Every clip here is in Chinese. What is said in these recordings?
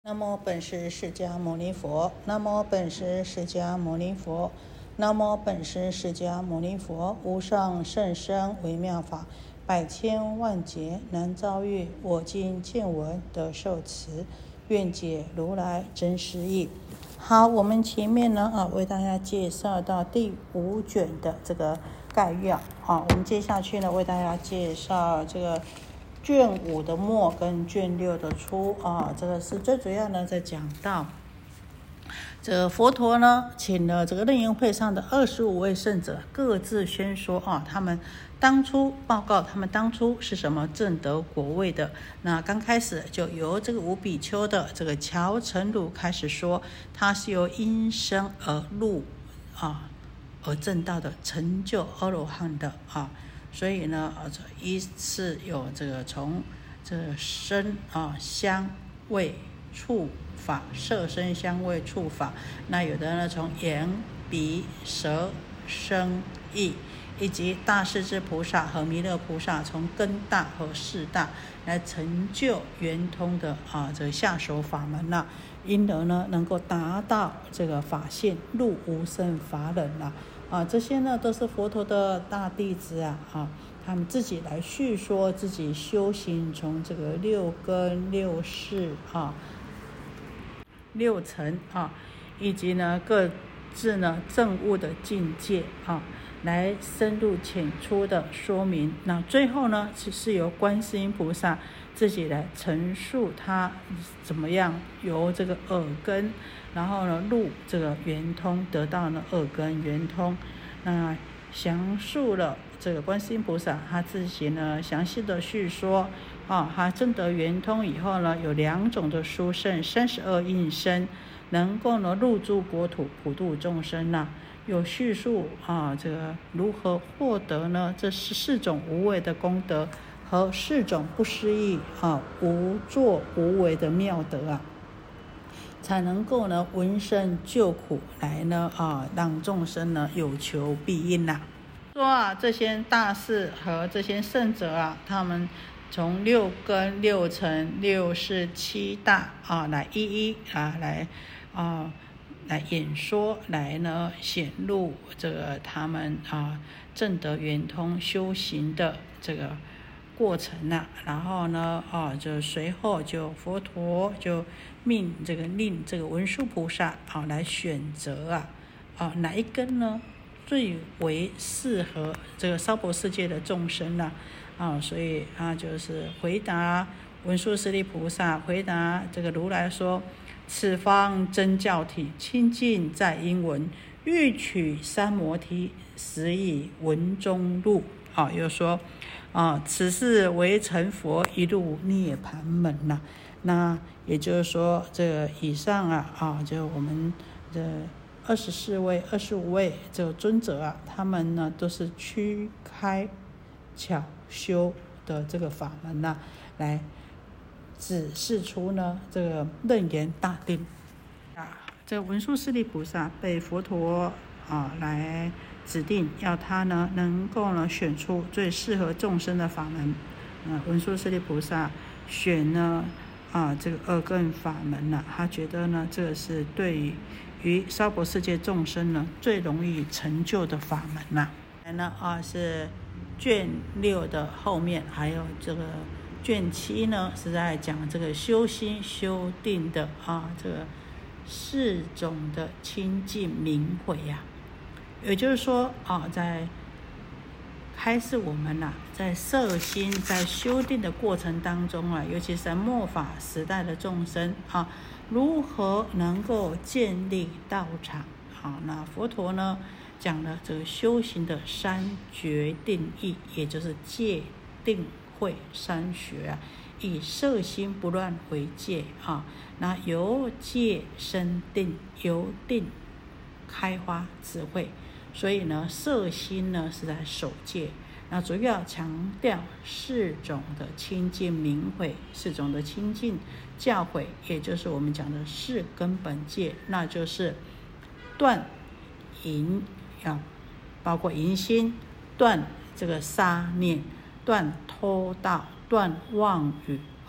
南无本师释迦牟尼佛，南无本师释迦牟尼佛，南无本师释迦牟尼佛。无上甚深微妙法，百千万劫难遭遇。我今见闻得受持，愿解如来真实义。好，我们前面呢为大家介绍到第5卷的这个概要。我们接下去呢为大家介绍这个卷5的末跟卷6的初这个是最主要呢在讲到这个佛陀呢请了这个楞严会上的25位圣者各自宣说他们当初报告他们当初是什么证得果位的。那刚开始就由这个五比丘的这个乔成如开始说，他是由因生而入而证到的成就阿罗汉的所以呢依次有这个从这个身香味触法，色声香味触法，那有的呢从眼鼻舌身意，以及大势至菩萨和弥勒菩萨从根大和事大来成就圆通的这个下手法门因而呢能够达到这个法性入无生法忍这些呢都是佛陀的大弟子他们自己来叙说自己修行从这个6根6识6层以及呢各自呢证悟的境界来深入浅出的说明。那最后呢是由观世音菩萨自己来陈述他怎么样由这个耳根然后呢入这个圆通，得到了耳根圆通。那详述了这个观世音菩萨他自己呢详细的叙说他证得圆通以后呢有2种的殊胜32应身，能够呢入诸国土普度众生有叙述这个如何获得呢这14种无为的功德和4种不思议无作无为的妙德才能够呢闻声救苦，来呢让众生呢有求必应说这些大士和这些圣者他们从6根6层6识7大来一一来演说，来呢显露这个他们证得圆通修行的这个过程然后呢就随后就佛陀就令这个文殊菩萨来选择哪一根呢最为适合这个娑婆世界的众生所以就是回答文殊师利菩萨回答这个如来说，此方真教体，清净在因闻，欲取三摩提，实以文中入又说此事为成佛一入涅盘门那也就是说这个以上就我们的24位25位这个尊者他们呢都是曲开巧修的这个法门来指示出呢这个楞严大定这个文殊师利菩萨被佛陀来指定要他呢能够呢选出最适合众生的法门文殊师利菩萨选呢这个耳根法门他觉得呢这个是对于娑婆世界众生呢最容易成就的法门是卷6的后面，还有这个卷7呢是在讲这个修心修定的这个4种的清净明慧也就是说在开示我们在摄心在修定的过程当中尤其是在末法时代的众生如何能够建立道场那佛陀呢讲了这个修行的3决定义，也就是戒定慧3学以摄心不乱为戒那由戒生定，由定开花智慧。所以呢摄心呢是在守戒，那主要强调4种的清净明慧，4种的清净教诲，也就是我们讲的4根本戒，那就是断淫包括淫心，断这个杀念，断偷盗，断妄语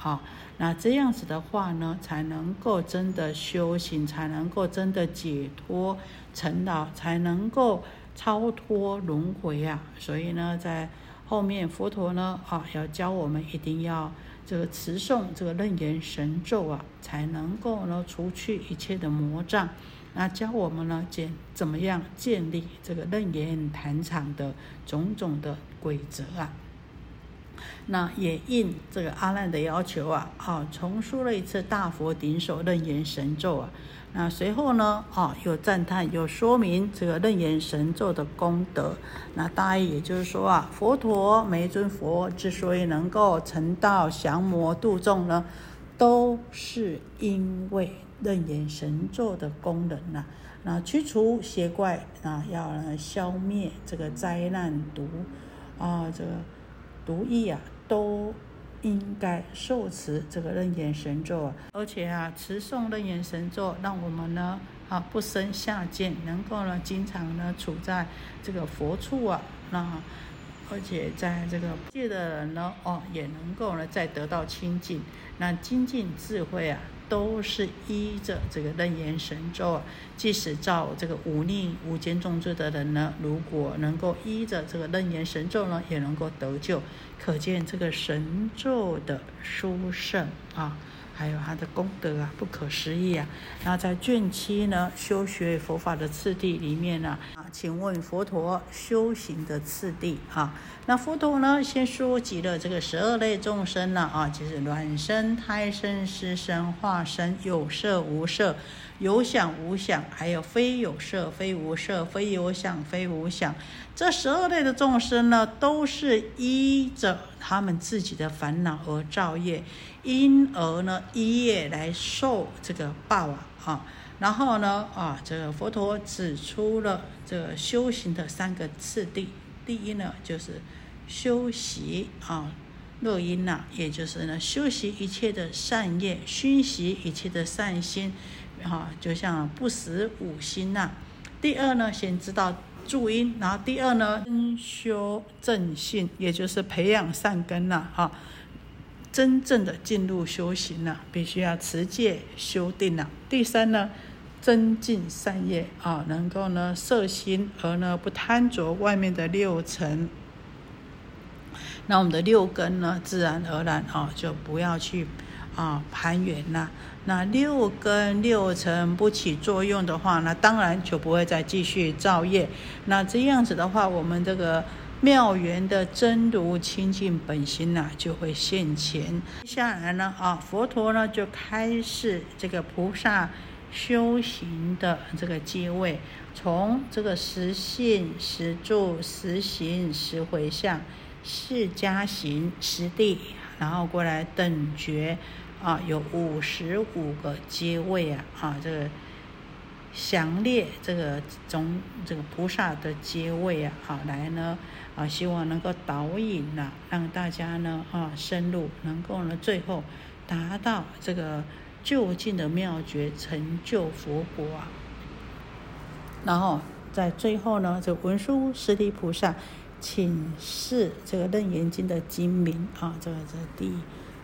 那这样子的话呢，才能够真的修行，才能够真的解脱成道，才能够超脱轮回啊。所以呢，在后面佛陀呢要教我们一定要这个持诵这个楞严神咒啊，才能够呢除去一切的魔障。那教我们呢怎么样建立这个楞严坛场的种种的规则啊。那也应这个阿难的要求啊，重述了一次大佛顶首楞严神咒啊。那随后呢有赞叹，有说明这个楞严神咒的功德。那大意也就是说啊，佛陀每一尊佛之所以能够成道降魔度众呢，都是因为楞严神咒的功能啊。那驱除邪怪啊，要消灭这个灾难这个毒疫啊，都应该受持这个楞严神咒啊。而且啊，持诵楞严神咒，让我们呢不生下贱，能够呢经常呢处在这个佛处啊。那而且在这个界的人呢也能够呢再得到清净。那精进智慧啊，都是依着这个楞严神咒啊。即使造这个忤逆无间重罪的人呢，如果能够依着这个楞严神咒呢，也能够得救。可见这个神咒的殊胜啊，还有它的功德啊，不可思议啊。那在卷7呢，修学佛法的次第里面呢请问佛陀修行的次第啊。那佛陀呢，先说及了这个12类众生呢就是卵生、胎生、湿生、化生，有色无色，有想无想，还有非有色非无色，非有想非无想。这12类的众生呢，都是依着他们自己的烦恼而造业，因而呢依业来受这个报啊。然后呢这个佛陀指出了这个修行的3个次第。第一呢，就是修习乐因也就是呢修习一切的善业，熏习一切的善心就像不死5心第二呢，先知道助因，然后第二呢，真修正信，也就是培养善根真正的进入修行必须要持戒修定第三呢，增进善业能够呢摄心，而呢不贪着外面的6尘。那我们的6根呢，自然而然就不要去攀缘那6根6尘不起作用的话，那当然就不会再继续造业。那这样子的话，我们这个妙缘的真如清净本心就会现前。接下来呢佛陀呢就开示这个菩萨修行的这个阶位，从这个实信、实住、实行、实回向、释迦行、实地，然后过来等觉有55个阶位这个详列这个菩萨的阶位来呢希望能够导引让大家呢深入，能够呢最后达到这个究竟的妙觉，成就佛果然后在最后呢，这文殊师利菩萨请示这个楞严经的经名这个是第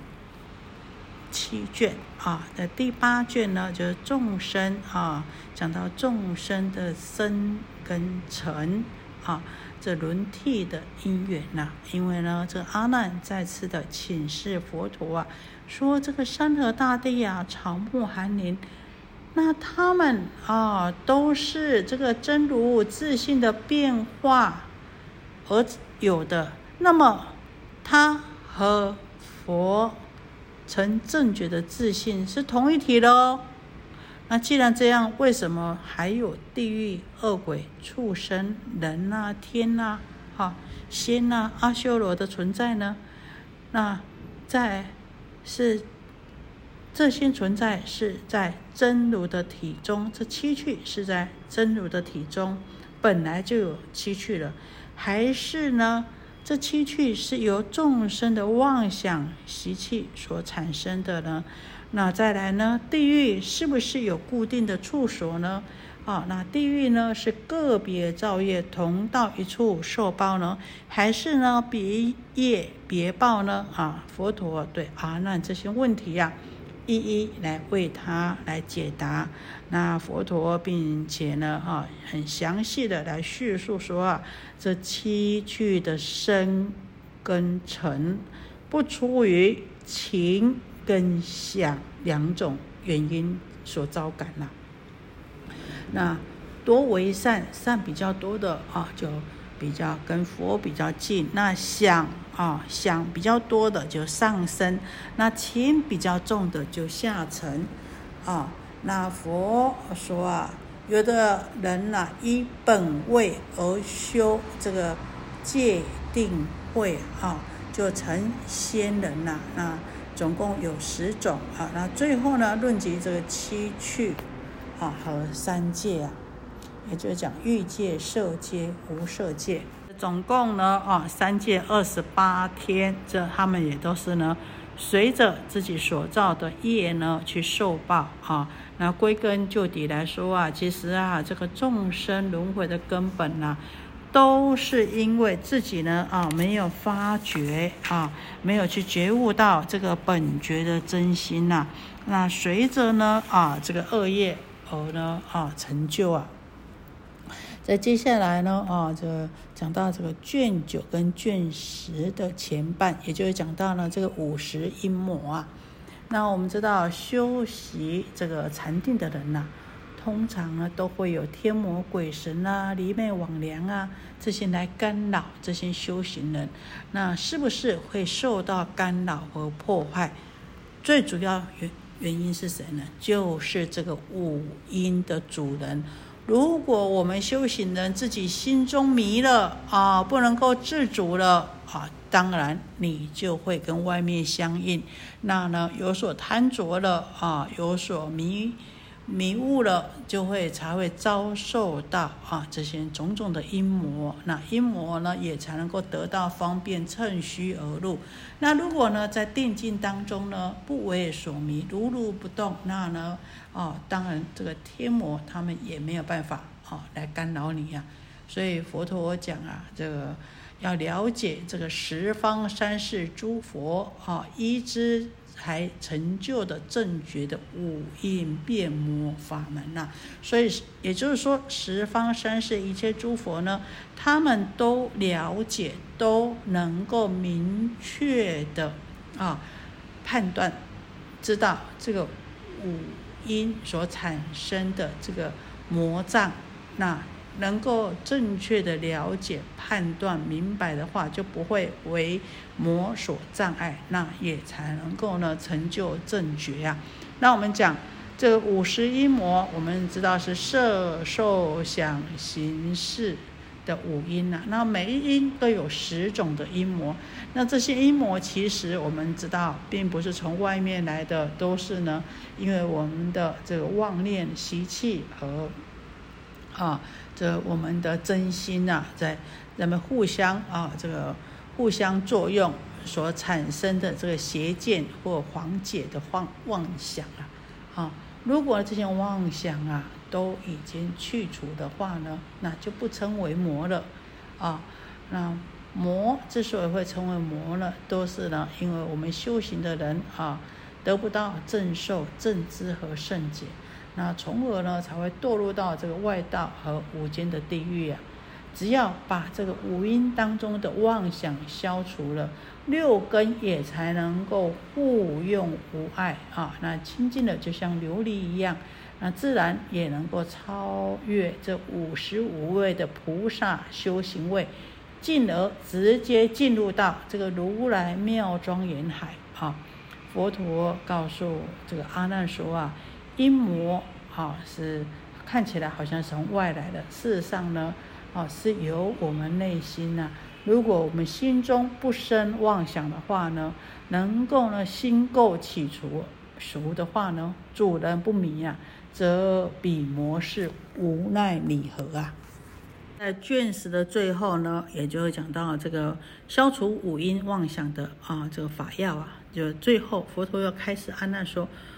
7卷的第8卷呢，就是众生讲到众生的生跟成这轮替的因缘因为呢这阿难再次的请示佛陀说这个山河大地草木寒林，那他们都是这个真如自性的变化而有的，那么他和佛成正觉的自性是同一体的那既然这样，为什么还有地狱、恶鬼、畜生、人天仙阿修罗的存在呢？那这些存在是在真如的体中，这7趣是在真如的体中本来就有7趣了，还是呢这7趣是由众生的妄想习气所产生的呢？那再来呢，地狱是不是有固定的处所呢？ 那地狱呢是个别造业同到一处受报呢，还是呢别业别报呢？佛陀对阿难这些问题一一来为他来解答。那佛陀并且呢很详细的来叙述说这七趣的生跟成不出于情跟想两种原因所招感那多为善比较多的就比较跟佛比较近，那想比较多的就上升，那情比较重的就下沉那佛说有的人依本位而修这个戒定慧就成仙人那总共有10种那最后呢论及这个7趣和3戒也就是讲欲界、色界、无色界，总共呢3戒28天，这他们也都是呢随着自己所造的业呢去受报那归根究底来说其实这个众生轮回的根本都是因为自己呢没有发觉没有去觉悟到这个本觉的真心那随着呢这个恶业而呢成就在接下来呢这讲到这个卷9跟卷10的前半，也就是讲到呢这个50阴魔那我们知道修习这个禅定的人通常呢都会有天魔鬼神离昧魍魉这些来干扰这些修行人，那是不是会受到干扰和破坏？最主要原因是谁呢？就是这个5阴的主人。如果我们修行人自己心中迷了不能够自主了当然你就会跟外面相应，那呢有所贪着了有所迷雾了，才会遭受到这些种种的阴魔，那阴魔呢也才能够得到方便，趁虚而入。那如果呢在定境当中呢不为所迷，如如不动，那呢当然这个天魔他们也没有办法来干扰你所以佛陀讲这个要了解这个十方三世诸佛依之才成就的正觉的5阴变魔法门所以也就是说十方三世一切诸佛呢，他们都了解，都能够明确的判断知道这个5阴所产生的这个魔障，那能够正确的了解判断明白的话，就不会为魔所障碍，那也才能够呢成就正觉那我们讲这个50阴魔，我们知道是色受想行识的5阴那每一阴都有10种的阴魔，那这些阴魔其实我们知道并不是从外面来的，都是呢因为我们的这个妄念习气和这我们的真心在人们互相互相作用所产生的这个邪见或黄解的妄想如果这些妄想都已经去除的话呢，那就不称为魔了那魔之所以会成为魔呢，都是呢因为我们修行的人得不到正受正知和圣解，那从而呢才会堕入到这个外道和无间的地狱只要把这个5阴当中的妄想消除了，6根也才能够互用无碍那清净的就像琉璃一样，那自然也能够超越这55位的菩萨修行位，进而直接进入到这个如来妙庄严海佛陀告诉这个阿难说阴魔是看起来好像是从外来的，事实上呢是由我们内心如果我们心中不生妄想的话呢，能够呢心垢起除的话呢，主人不迷则彼魔是无奈理何在卷10的最后呢，也就会讲到这个消除5阴妄想的这个法要就最后佛陀又开始阿难说，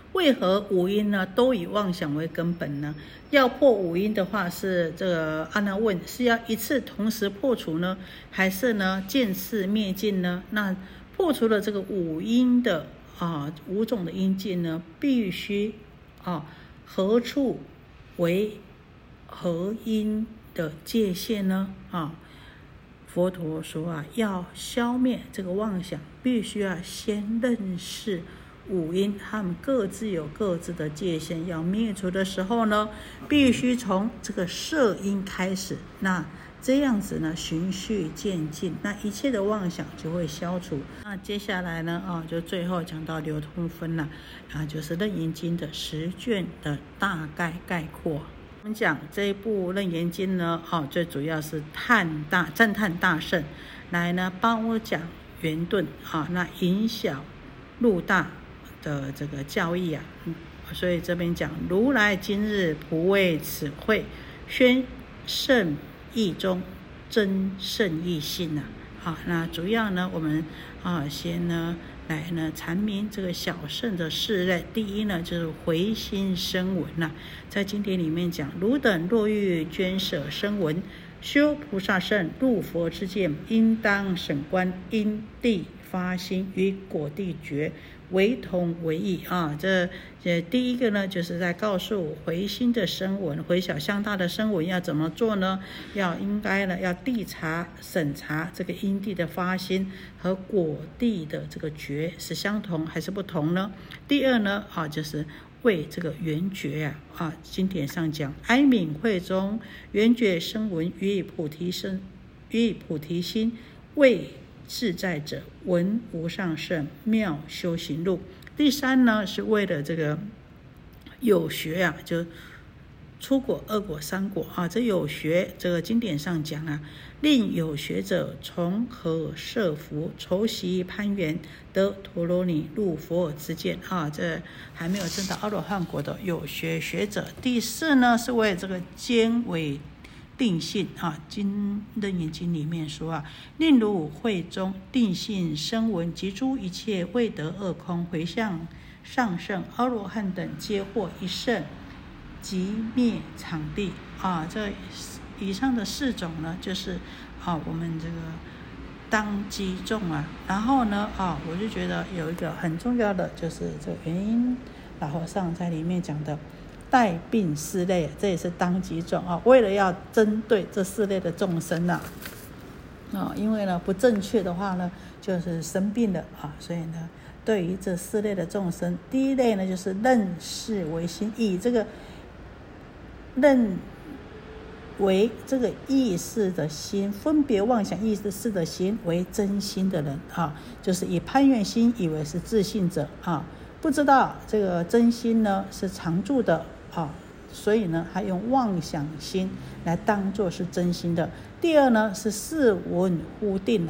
为何五阴呢都以妄想为根本呢？要破五阴的话，是这个阿难问，是要一次同时破除呢，还是呢渐次灭尽呢？那破除了这个五阴的五种的阴尽呢，必须何处为合阴的界限呢？佛陀说要消灭这个妄想，必须要先认识五阴，他们各自有各自的界限，要灭除的时候呢，必须从这个摄阴开始。那这样子呢，循序渐进，那一切的妄想就会消除。那接下来呢，就最后讲到流通分了，就是《楞严经》的10卷的大概概括。我们讲这一部《楞严经》呢，最主要是赞叹大圣，来呢帮我讲圆顿那引小入大的这个教义所以这边讲如来今日普为此会，宣圣义中真圣义性那主要呢我们先呢来呢阐明这个小圣的事类。第一呢就是回心声闻在经典里面讲，汝等若欲捐舍声闻，修菩萨圣入佛之见，应当审观因地发心与果地觉为同为异这第一个呢就是在告诉回心的声闻，回小向大的声闻要怎么做呢？应该呢要谛察审查这个因地的发心和果地的这个觉是相同还是不同呢？第二呢就是为这个圆觉经典上讲，哀悯会中圆觉声闻于菩提心为自在者，闻无上圣妙修行路。第三呢是为了这个有学就初果、二果、三果这有学这个经典上讲令有学者从何设福，酬习攀缘，得陀罗尼入佛耳之见这还没有证到阿罗汉果的有学者。第四呢是为这个坚为定性经楞严经里面说令如会中定性声闻及诸一切未得二空回向上圣阿罗汉等，皆获一圣即灭场地这以上的4种呢就是我们这个当机众然后呢我就觉得有一个很重要的就是这个原因老和尚在里面讲的带病4类，这也是当机众为了要针对这4类的众生因为呢不正确的话呢就是生病了所以呢对于这4类的众生，第一类呢就是认识为心，以这个认为这个意识的心，分别妄想意识的心为真心的人就是以攀缘心以为是自信者不知道这个真心呢是常住的所以呢还用妄想心来当作是真心的。第二呢是视闻忽定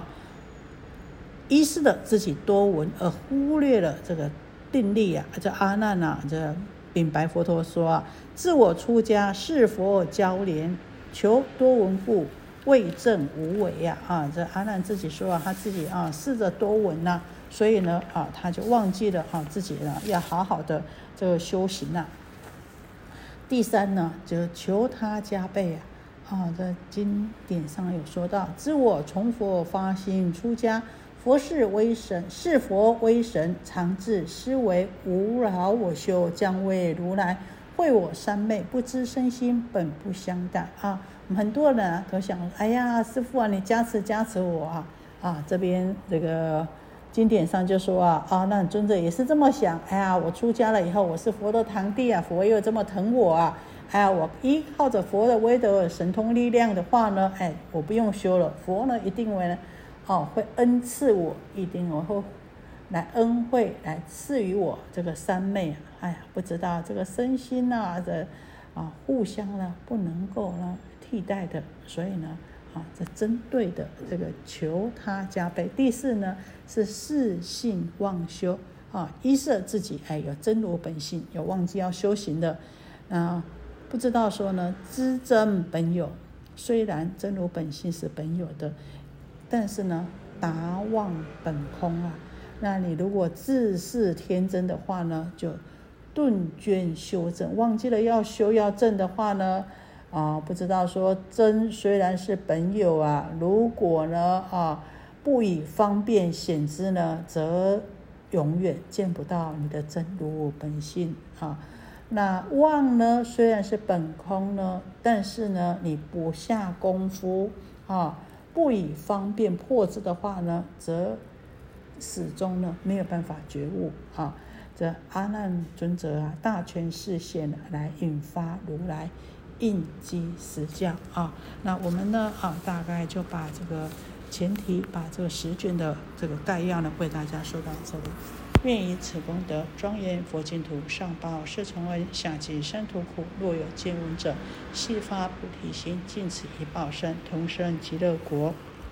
依视的自己多闻而忽略了这个定力这阿难这禀白佛陀说自我出家是佛教莲，求多闻故，为证无为这阿难自己说他自己试着多闻所以呢他就忘记了自己呢要好好的这个修行第三呢就求他加倍这经典上有说到，自我从佛发心出家，佛是为神，是佛为神，常自思维无劳我修，将为如来会我三昧，不知身心本不相待我们很多人都想哎呀师父你加持我这边这个经典上就说那尊者也是这么想，哎呀我出家了以后我是佛的堂弟佛又这么疼我我依靠着佛的威德神通力量的话呢我不用修了，佛呢一定会恩赐我，一定我会来恩惠来赐予我这个三昧不知道这个身心互相不能够替代的，所以呢这针对的这个求他加倍。第四呢是视性忘修依摄自己有真如本性，有忘记要修行的不知道说呢知真本有，虽然真如本性是本有的，但是呢达忘本空那你如果自视天真的话呢，就顿捐修正，忘记了要修要正的话呢，不知道说真虽然是本有啊，如果呢不以方便显之呢，则永远见不到你的真如本性那妄呢虽然是本空呢，但是呢你不下功夫不以方便破之的话呢，则始终呢没有办法觉悟这阿难尊者大权示现来引发如来应机实教那我们呢大概就把这个前提，把这个10卷的这个概要呢为大家说到这里。愿以此功德庄严佛净土，上报四重恩，下济三途苦。若有见闻者，悉发菩提心，尽此一报身，同生极乐国。